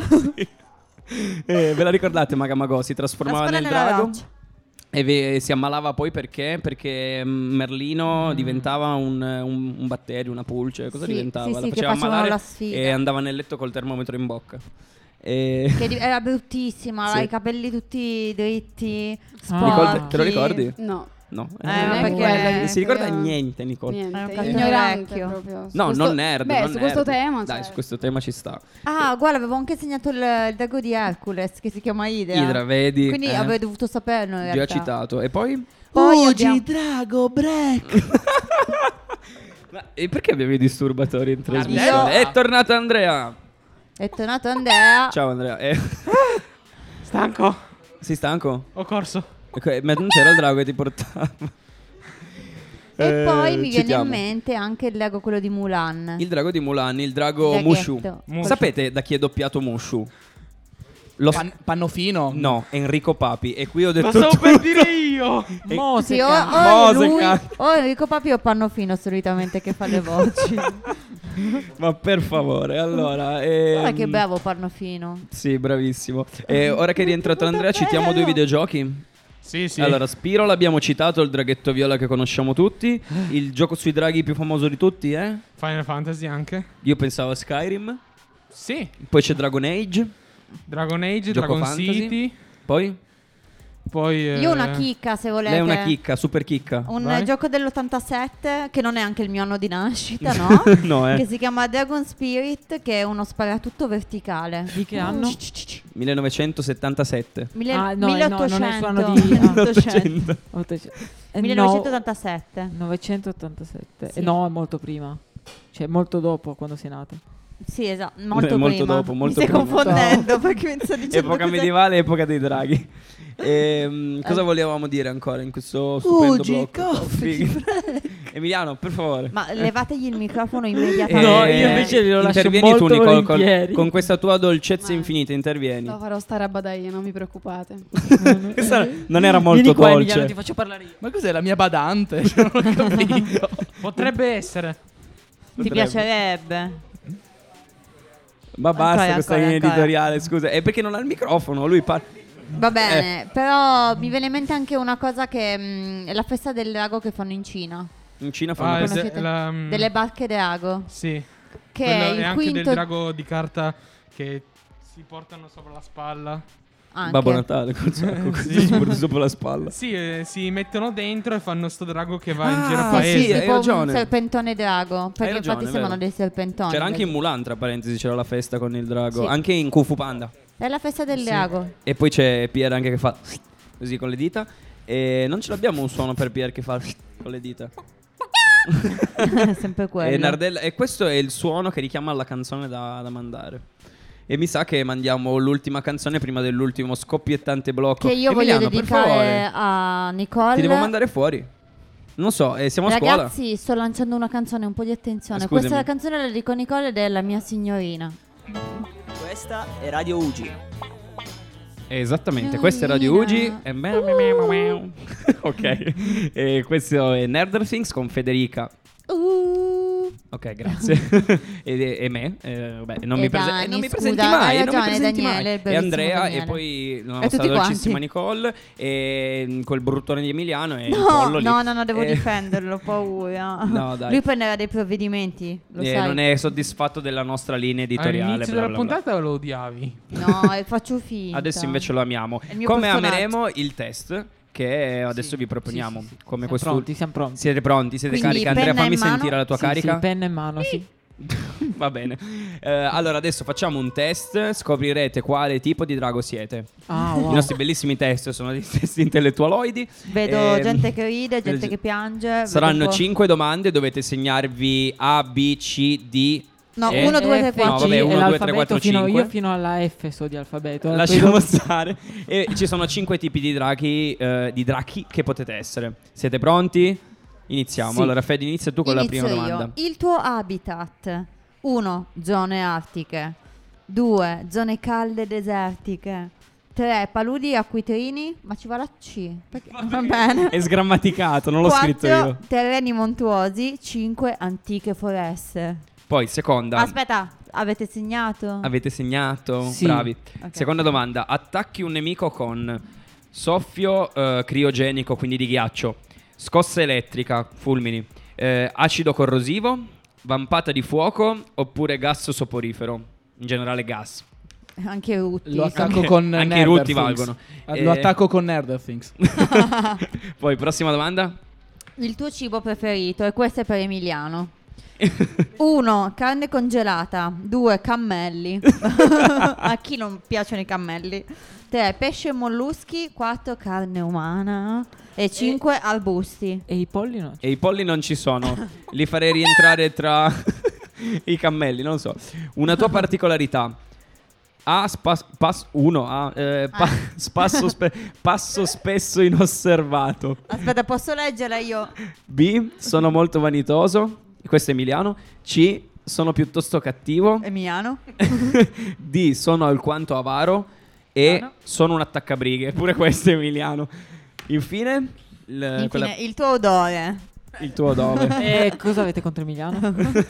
S4: Ve la ricordate Maga Mago? Si trasformava
S3: La spada
S4: nel
S3: nella
S4: drago
S3: roccia.
S4: e si ammalava poi perché Merlino diventava un batterio, una pulce. Cosa
S3: Sì,
S4: diventava?
S3: sì,
S4: La
S3: sì, che
S4: faceva
S3: facevano
S4: ammalare
S3: la sfiga.
S4: e andava nel letto col termometro in bocca.
S3: Era bruttissima,
S4: Sì.
S3: aveva i capelli tutti dritti,
S4: Nicole,
S3: sporchi.
S4: te lo ricordi?
S6: No.
S4: No.
S3: ma perché
S4: non si ricorda niente Nicole.
S6: Niente,
S3: È un cartone
S6: ignorante
S3: vecchio.
S6: proprio. Su
S4: No,
S6: questo-
S4: non nerd.
S6: Beh,
S4: non
S6: su
S4: nerd.
S6: questo tema,
S4: Dai,
S6: cioè.
S4: su questo tema ci sta.
S3: Ah, guarda, avevo anche segnato il drago di Hercules che si chiama Idra.
S4: Idra, vedi?
S3: Quindi avrei dovuto saperlo in
S4: Già
S3: realtà.
S4: citato. E poi?
S3: Poi
S2: Ugi,
S3: abbiamo-
S2: drago, break.
S4: E perché abbiamo i disturbatori in trasmissione?
S3: Io-
S4: È tornato Andrea.
S3: È tornato Andrea.
S4: Ciao Andrea.
S1: Stanco.
S4: Sei stanco?
S1: Ho corso.
S4: Ma non c'era il drago che ti portava.
S3: E poi mi viene
S4: citiamo.
S3: in mente anche il drago quello di Mulan.
S4: Il drago di Mulan, il drago
S3: Draghetto.
S4: Mushu.
S1: Mushu.
S4: Sapete da chi è doppiato Mushu? Lo
S2: Pannofino?
S4: No, Enrico Papi. E qui ho detto
S1: Lo stavo
S4: tutto.
S1: per dire io.
S3: Sì, o
S4: Moseca.
S3: Enrico Papi o Pannofino solitamente che fa le voci.
S4: Ma per favore, allora.
S3: Guarda che bravo Pannofino.
S4: Sì, bravissimo. E ora che è rientrato Andrea, citiamo due videogiochi.
S1: Sì.
S4: Allora, Spiro l'abbiamo citato, il draghetto viola che conosciamo tutti. Il gioco sui draghi più famoso di tutti è?
S1: Final Fantasy anche.
S4: Io pensavo a Skyrim.
S1: Sì.
S4: Poi c'è Dragon Age.
S1: Dragon Age,
S4: Gioco
S1: Dragon
S4: fantasy.
S1: City.
S4: Poi?
S1: Poi
S3: Io ho una chicca se volete.
S4: Lei è una chicca, super chicca.
S3: Un
S1: Vai.
S3: gioco dell'87 che non è anche il mio anno di nascita, no?
S4: No,
S3: Che si chiama Dragon Spirit, che è uno sparatutto verticale.
S7: Di che anno?
S4: 1977.
S7: Ah, no,
S3: 1800.
S7: non è il suo anno di-
S3: 1800.
S7: 1987.
S3: 1987.
S7: 987.
S3: Sì.
S7: No, è molto prima. Cioè, molto dopo quando sei nata.
S3: Sì, esatto, molto
S4: Molto
S3: prima.
S4: dopo, molto
S3: Mi stai
S4: prima.
S3: confondendo perché mi sta dicendo
S4: Epoca
S3: cos'è.
S4: medievale, epoca dei draghi. Cosa volevamo dire ancora in questo stupendo blocco? Emiliano, per favore.
S3: Ma levategli il microfono immediatamente.
S7: No, io invece lo lascio
S4: intervieni
S7: molto
S4: tu, Nicole,
S7: volentieri.
S4: con questa tua dolcezza
S6: Ma-
S4: infinita, intervieni.
S6: Lo farò stare a badaia, non vi preoccupate.
S4: Questa non era molto
S7: Vieni qua, Emiliano,
S4: dolce.
S7: ti faccio parlare io.
S2: Ma cos'è la mia badante? Non ho capito.
S1: Potrebbe essere.
S3: Ti piacerebbe?
S4: Ma basta
S3: Ancora,
S4: questa
S3: ancora,
S4: linea
S3: ancora.
S4: editoriale, scusa. È perché non ha il microfono, lui parla.
S3: Va bene, però mi viene in mente anche una cosa che è la festa del drago che fanno in Cina.
S4: In Cina fanno
S1: Ah,
S4: questo.
S3: Conoscete? Delle barche drago.
S1: Sì.
S3: Che
S1: Quello
S3: è
S1: è
S3: il
S1: anche
S3: quinto
S1: del drago di carta che si portano sopra la spalla.
S3: anche.
S4: Babbo Natale col sacco,
S1: Sì.
S4: sopra la spalla.
S1: Sì, si mettono dentro e fanno sto drago che va in giro a
S4: Ah,
S1: paese.
S4: sì, hai
S3: tipo un
S4: ragione.
S3: serpentone drago. Perché
S4: ragione,
S3: infatti
S4: è
S3: sembrano
S4: vero.
S3: dei serpentoni.
S4: C'era anche in
S3: vedi?
S4: Mulan, tra parentesi, c'era la festa con il drago.
S3: Sì.
S4: Anche in Kung Fu Panda.
S3: È la festa del drago.
S4: E poi c'è Pierre anche che fa così con le dita. E non ce l'abbiamo un suono per Pierre che fa con le dita.
S3: Sempre quello.
S4: E Nardella, e questo è il suono che richiama la canzone da mandare. E mi sa che mandiamo l'ultima canzone prima dell'ultimo scoppiettante blocco.
S3: Che io
S4: Emiliano,
S3: voglio
S4: per
S3: dedicare
S4: favore,
S3: a Nicole.
S4: ti devo mandare fuori. Non so, siamo a scuola.
S3: Ragazzi, sto lanciando una canzone, un po' di attenzione.
S4: Scusami.
S3: Questa canzone la dico Nicole ed è La mia signorina.
S10: Questa è Radio Ugi.
S4: Esattamente, questa è Radio Ugi. Ok. E questo è Nerder Things con Federica. Ok, grazie. e me. Non mi presenti mai.
S3: Hai
S4: non mi
S3: ragione,
S4: presenti
S3: Daniele,
S4: mai. E Andrea,
S3: Daniele.
S4: e poi la
S3: E
S4: nostra
S3: tutti
S4: dolcissima
S3: quanti.
S4: Nicole. E col bruttone di Emiliano. E il pollo lì.
S3: No, devo difenderlo, paura.
S4: No, dai.
S3: Lui prenderà dei provvedimenti, lo sai.
S4: Non è soddisfatto della nostra linea editoriale.
S1: All'inizio
S4: bla,
S1: della
S4: bla, bla.
S1: puntata lo odiavi.
S3: No, faccio finta.
S4: Adesso invece lo amiamo.
S3: È il mio
S4: Come
S3: personaggio.
S4: ameremo il test che adesso vi proponiamo.
S7: Sì.
S4: Come
S7: Siamo
S4: questo.
S7: siamo pronti.
S4: Siete pronti? Siete
S3: Quindi
S4: carichi? Andrea,
S3: penna
S4: fammi
S3: in mano?
S4: sentire la tua carica.
S7: Sì, penna in mano, sì.
S4: Va bene. Allora adesso facciamo un test. Scoprirete quale tipo di drago siete.
S7: Wow.
S4: I nostri bellissimi test sono dei test intellettualoidi.
S3: Vedo gente che ride, gente che piange.
S4: Saranno
S3: vedo
S4: 5 domande. Dovete segnarvi A, B, C, D.
S3: No,
S4: E-
S3: 1, 2, 3,
S7: F,
S3: 4.
S4: No, vabbè,
S7: G,
S4: 1,
S7: e
S4: 2, 3,
S7: l'alfabeto
S4: 4,
S7: fino,
S4: 5.
S7: Io fino alla F so di alfabeto.
S4: Lasciamo stare. E ci sono 5 tipi di drachi che potete essere. Siete pronti? Iniziamo.
S7: Sì.
S4: Allora Fede, inizia tu con la
S3: Inizio
S4: prima
S3: io.
S4: domanda.
S3: Il tuo habitat. 1. Zone artiche. 2. Zone calde desertiche. 3. Paludi acquitrini. Ma ci va la C. Perché? Va bene.
S4: È sgrammaticato, non l'ho scritto
S3: 4.
S4: io.
S3: Terreni montuosi. 5. Antiche foreste.
S4: Poi seconda.
S3: Aspetta, avete segnato?
S4: Avete segnato?
S7: Sì.
S4: Bravi.
S3: Ok.
S4: Seconda domanda. Attacchi un nemico con soffio criogenico, quindi di ghiaccio, scossa elettrica, fulmini, acido corrosivo, vampata di fuoco oppure gas soporifero. In generale gas.
S3: Anche Rutti.
S2: Lo attacco
S4: Anche-
S2: con
S4: anche i
S2: Nerder
S4: rutti
S2: Things.
S4: valgono.
S2: Lo attacco con Nerder Things.
S4: Poi prossima domanda.
S3: Il tuo cibo preferito, e questo è per Emiliano. 1. Carne congelata. 2. Cammelli. A chi non piacciono i cammelli? 3. Pesce e molluschi. 4. Carne umana. E 5. Arbusti.
S7: E i polli no?
S4: E i polli non ci sono. Li farei rientrare tra i cammelli, non so. Una tua particolarità. A. Passo spesso inosservato.
S3: Aspetta, posso leggerla io?
S4: B. Sono molto vanitoso. Questo è Emiliano. C. Sono piuttosto cattivo.
S3: Emiliano?
S4: D. Sono alquanto avaro. E
S3: No.
S4: sono un attaccabrighe. Pure questo è Emiliano. Infine,
S3: Infine, il tuo odore.
S4: il tuo odore.
S7: E cosa avete contro Emiliano?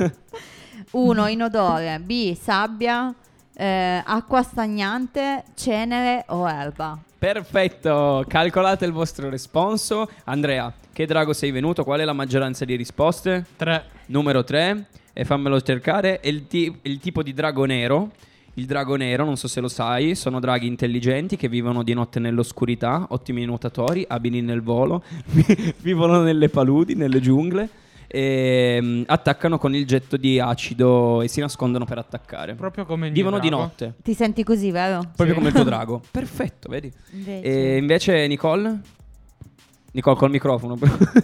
S3: 1. Inodore. B. Sabbia. Acqua stagnante. Cenere o erba.
S4: Perfetto, calcolate il vostro responso. Andrea, che drago sei venuto? Qual è la maggioranza di risposte?
S1: 3.
S4: Numero 3. E fammelo cercare. È il tipo di drago nero. Il drago nero, non so se lo sai, sono draghi intelligenti che vivono di notte nell'oscurità, ottimi nuotatori, abili nel volo, vivono nelle paludi, nelle giungle e attaccano con il getto di acido e si nascondono per attaccare.
S1: Proprio come il
S4: Vivono
S1: mio
S4: di
S1: drago.
S4: notte,
S3: Ti senti così, vero?
S4: proprio
S1: Sì.
S4: come il tuo drago. Perfetto, vedi?
S3: Invece.
S4: E invece Nicole? Nicole col microfono.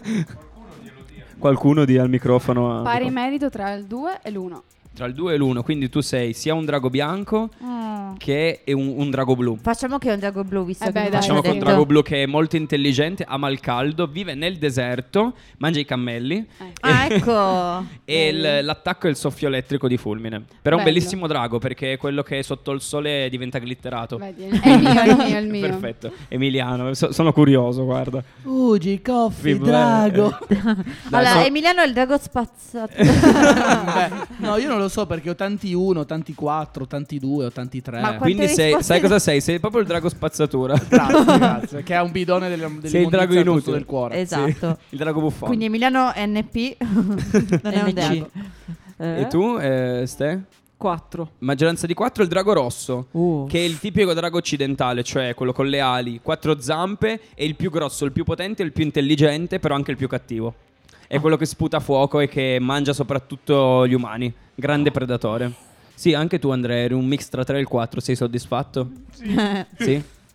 S4: Qualcuno dia al microfono.
S6: Pari merito tra il 2 e l'1.
S4: Tra il 2 e l'1, quindi tu sei sia un drago bianco che è un drago blu.
S3: Facciamo che è un drago blu, visto che
S6: beh,
S3: mi
S6: dai,
S4: Facciamo
S3: avete
S4: che un
S3: detto.
S4: drago blu che è molto intelligente, ama il caldo, vive nel deserto, mangia i cammelli.
S3: Ah, ecco.
S4: E l'attacco è il soffio elettrico di fulmine. Però è un
S6: Bello.
S4: bellissimo drago perché è quello che sotto il sole diventa glitterato.
S6: Vedi, è il mio, è il mio, è il mio.
S4: Perfetto. Emiliano, sono curioso, guarda.
S2: Ugi, Coffee,
S4: Vabbè,
S2: Drago.
S3: Allora,
S4: no.
S3: Emiliano è il drago spazzato.
S2: Beh, no, io non lo so perché ho tanti 1, tanti 4, tanti 2, ho tanti 3.
S3: Ma quante
S4: Quindi
S3: risposte
S4: sai
S3: ne-
S4: cosa sei? Sei proprio il drago spazzatura.
S2: Grazie, che ha un bidone
S4: Sei il drago inutile.
S2: del cuore.
S3: Esatto.
S4: Il drago buffone.
S3: Quindi Emiliano NP non è un drago.
S4: E tu, Ste?
S7: 4.
S4: Maggioranza di 4 il drago rosso, che è il tipico drago occidentale, cioè quello con le ali, 4 zampe, è il più grosso, il più potente, il più intelligente, però anche il più cattivo. È quello che sputa fuoco e che mangia soprattutto gli umani. Grande predatore. Sì, anche tu Andrea, eri un mix tra 3 e il 4, sei soddisfatto? Sì?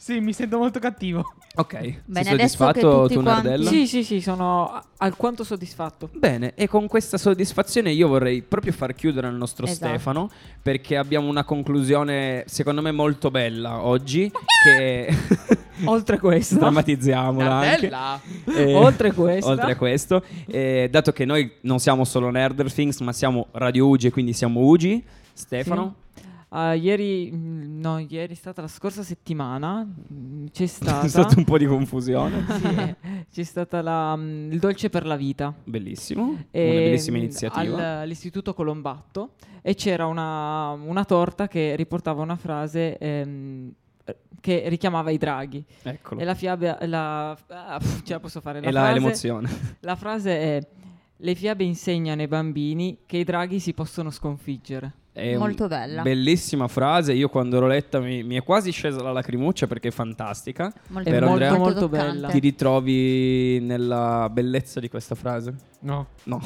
S1: Sì, mi sento molto cattivo.
S4: Ok,
S3: Bene,
S4: sei
S3: adesso che
S4: soddisfatto
S3: tutti
S4: tu,
S3: quanti-
S4: Nardella?
S7: Sì, sono alquanto soddisfatto.
S4: Bene, e con questa soddisfazione io vorrei proprio far chiudere al nostro
S3: Esatto.
S4: Stefano, perché abbiamo una conclusione secondo me molto bella oggi, che
S7: Oltre questo,
S4: drammatizziamola anche.
S2: Nardella!
S7: oltre questo,
S4: Oltre a questo, dato che noi non siamo solo Nerder Things, ma siamo Radio Ugi, e quindi siamo Ugi, Stefano.
S7: ieri è stata la scorsa settimana. C'è stata
S4: C'è stato un po' di confusione.
S7: sì, c'è stata il Dolce per la Vita.
S4: Bellissimo, una
S7: E,
S4: bellissima iniziativa.
S7: all'Istituto Colombatto, e c'era una torta che riportava una frase che richiamava i draghi.
S4: Eccolo.
S7: E la fiaba ce la posso fare.
S4: E l'emozione.
S7: La frase è: le fiabe insegnano ai bambini che i draghi si possono sconfiggere.
S4: È
S3: Molto bella.
S4: Bellissima frase. Io quando l'ho letta mi è quasi scesa la lacrimuccia perché è fantastica.
S3: Molto,
S7: È
S4: Vero,
S7: molto,
S4: Andrea?
S7: molto
S3: toccante.
S7: bella.
S4: Ti ritrovi nella bellezza di questa frase?
S1: No.
S4: No.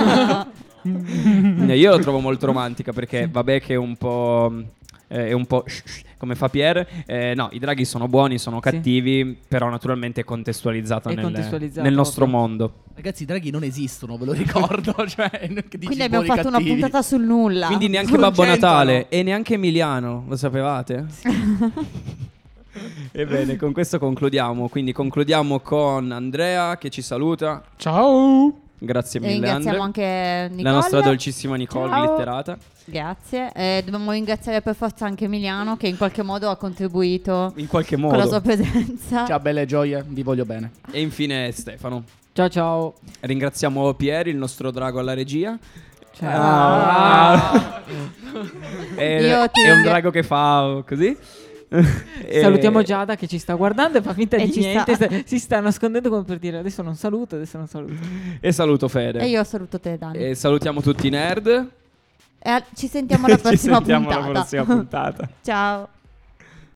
S4: Io la trovo molto romantica perché vabbè che è un po' come fa Pierre. No, i draghi sono buoni, sono cattivi, però naturalmente è contestualizzata
S7: È
S4: nel
S7: contestualizzata
S4: nel nostro
S7: proprio.
S4: mondo.
S2: Ragazzi, i draghi non esistono, ve lo ricordo. Cioè, che dici
S3: Quindi abbiamo
S2: buoni,
S3: fatto una
S2: cattivi.
S3: puntata sul nulla.
S4: Quindi neanche
S2: Non
S4: Babbo
S2: c'entrano.
S4: Natale e neanche Emiliano, lo sapevate? Ebbene, con questo concludiamo. Quindi concludiamo con Andrea che ci saluta.
S1: Ciao.
S4: Grazie
S3: E
S4: mille,
S3: ringraziamo
S4: Andrea.
S3: anche Nicole.
S4: La nostra dolcissima Nicole,
S3: Ciao.
S4: glitterata.
S3: Grazie. Dobbiamo ringraziare per forza anche Emiliano, che in qualche modo ha contribuito
S4: In qualche
S3: con la
S4: modo.
S3: sua presenza.
S2: Ciao belle gioie, vi voglio bene.
S4: E infine Stefano.
S7: Ciao.
S4: Ringraziamo Pier, il nostro drago alla regia.
S3: Io ti
S4: È un
S3: ringrazio.
S4: drago che fa così. E-
S7: Salutiamo Giada che ci sta guardando e fa finta
S3: E
S7: di
S3: ci
S7: niente.
S3: sta.
S7: Si sta nascondendo come per dire adesso non saluto.
S4: E saluto Fede.
S3: E io saluto te, Dani.
S4: E salutiamo tutti i nerd.
S3: Ci sentiamo alla
S4: Ci
S3: prossima
S4: sentiamo
S3: puntata.
S4: alla prossima puntata.
S3: Ciao.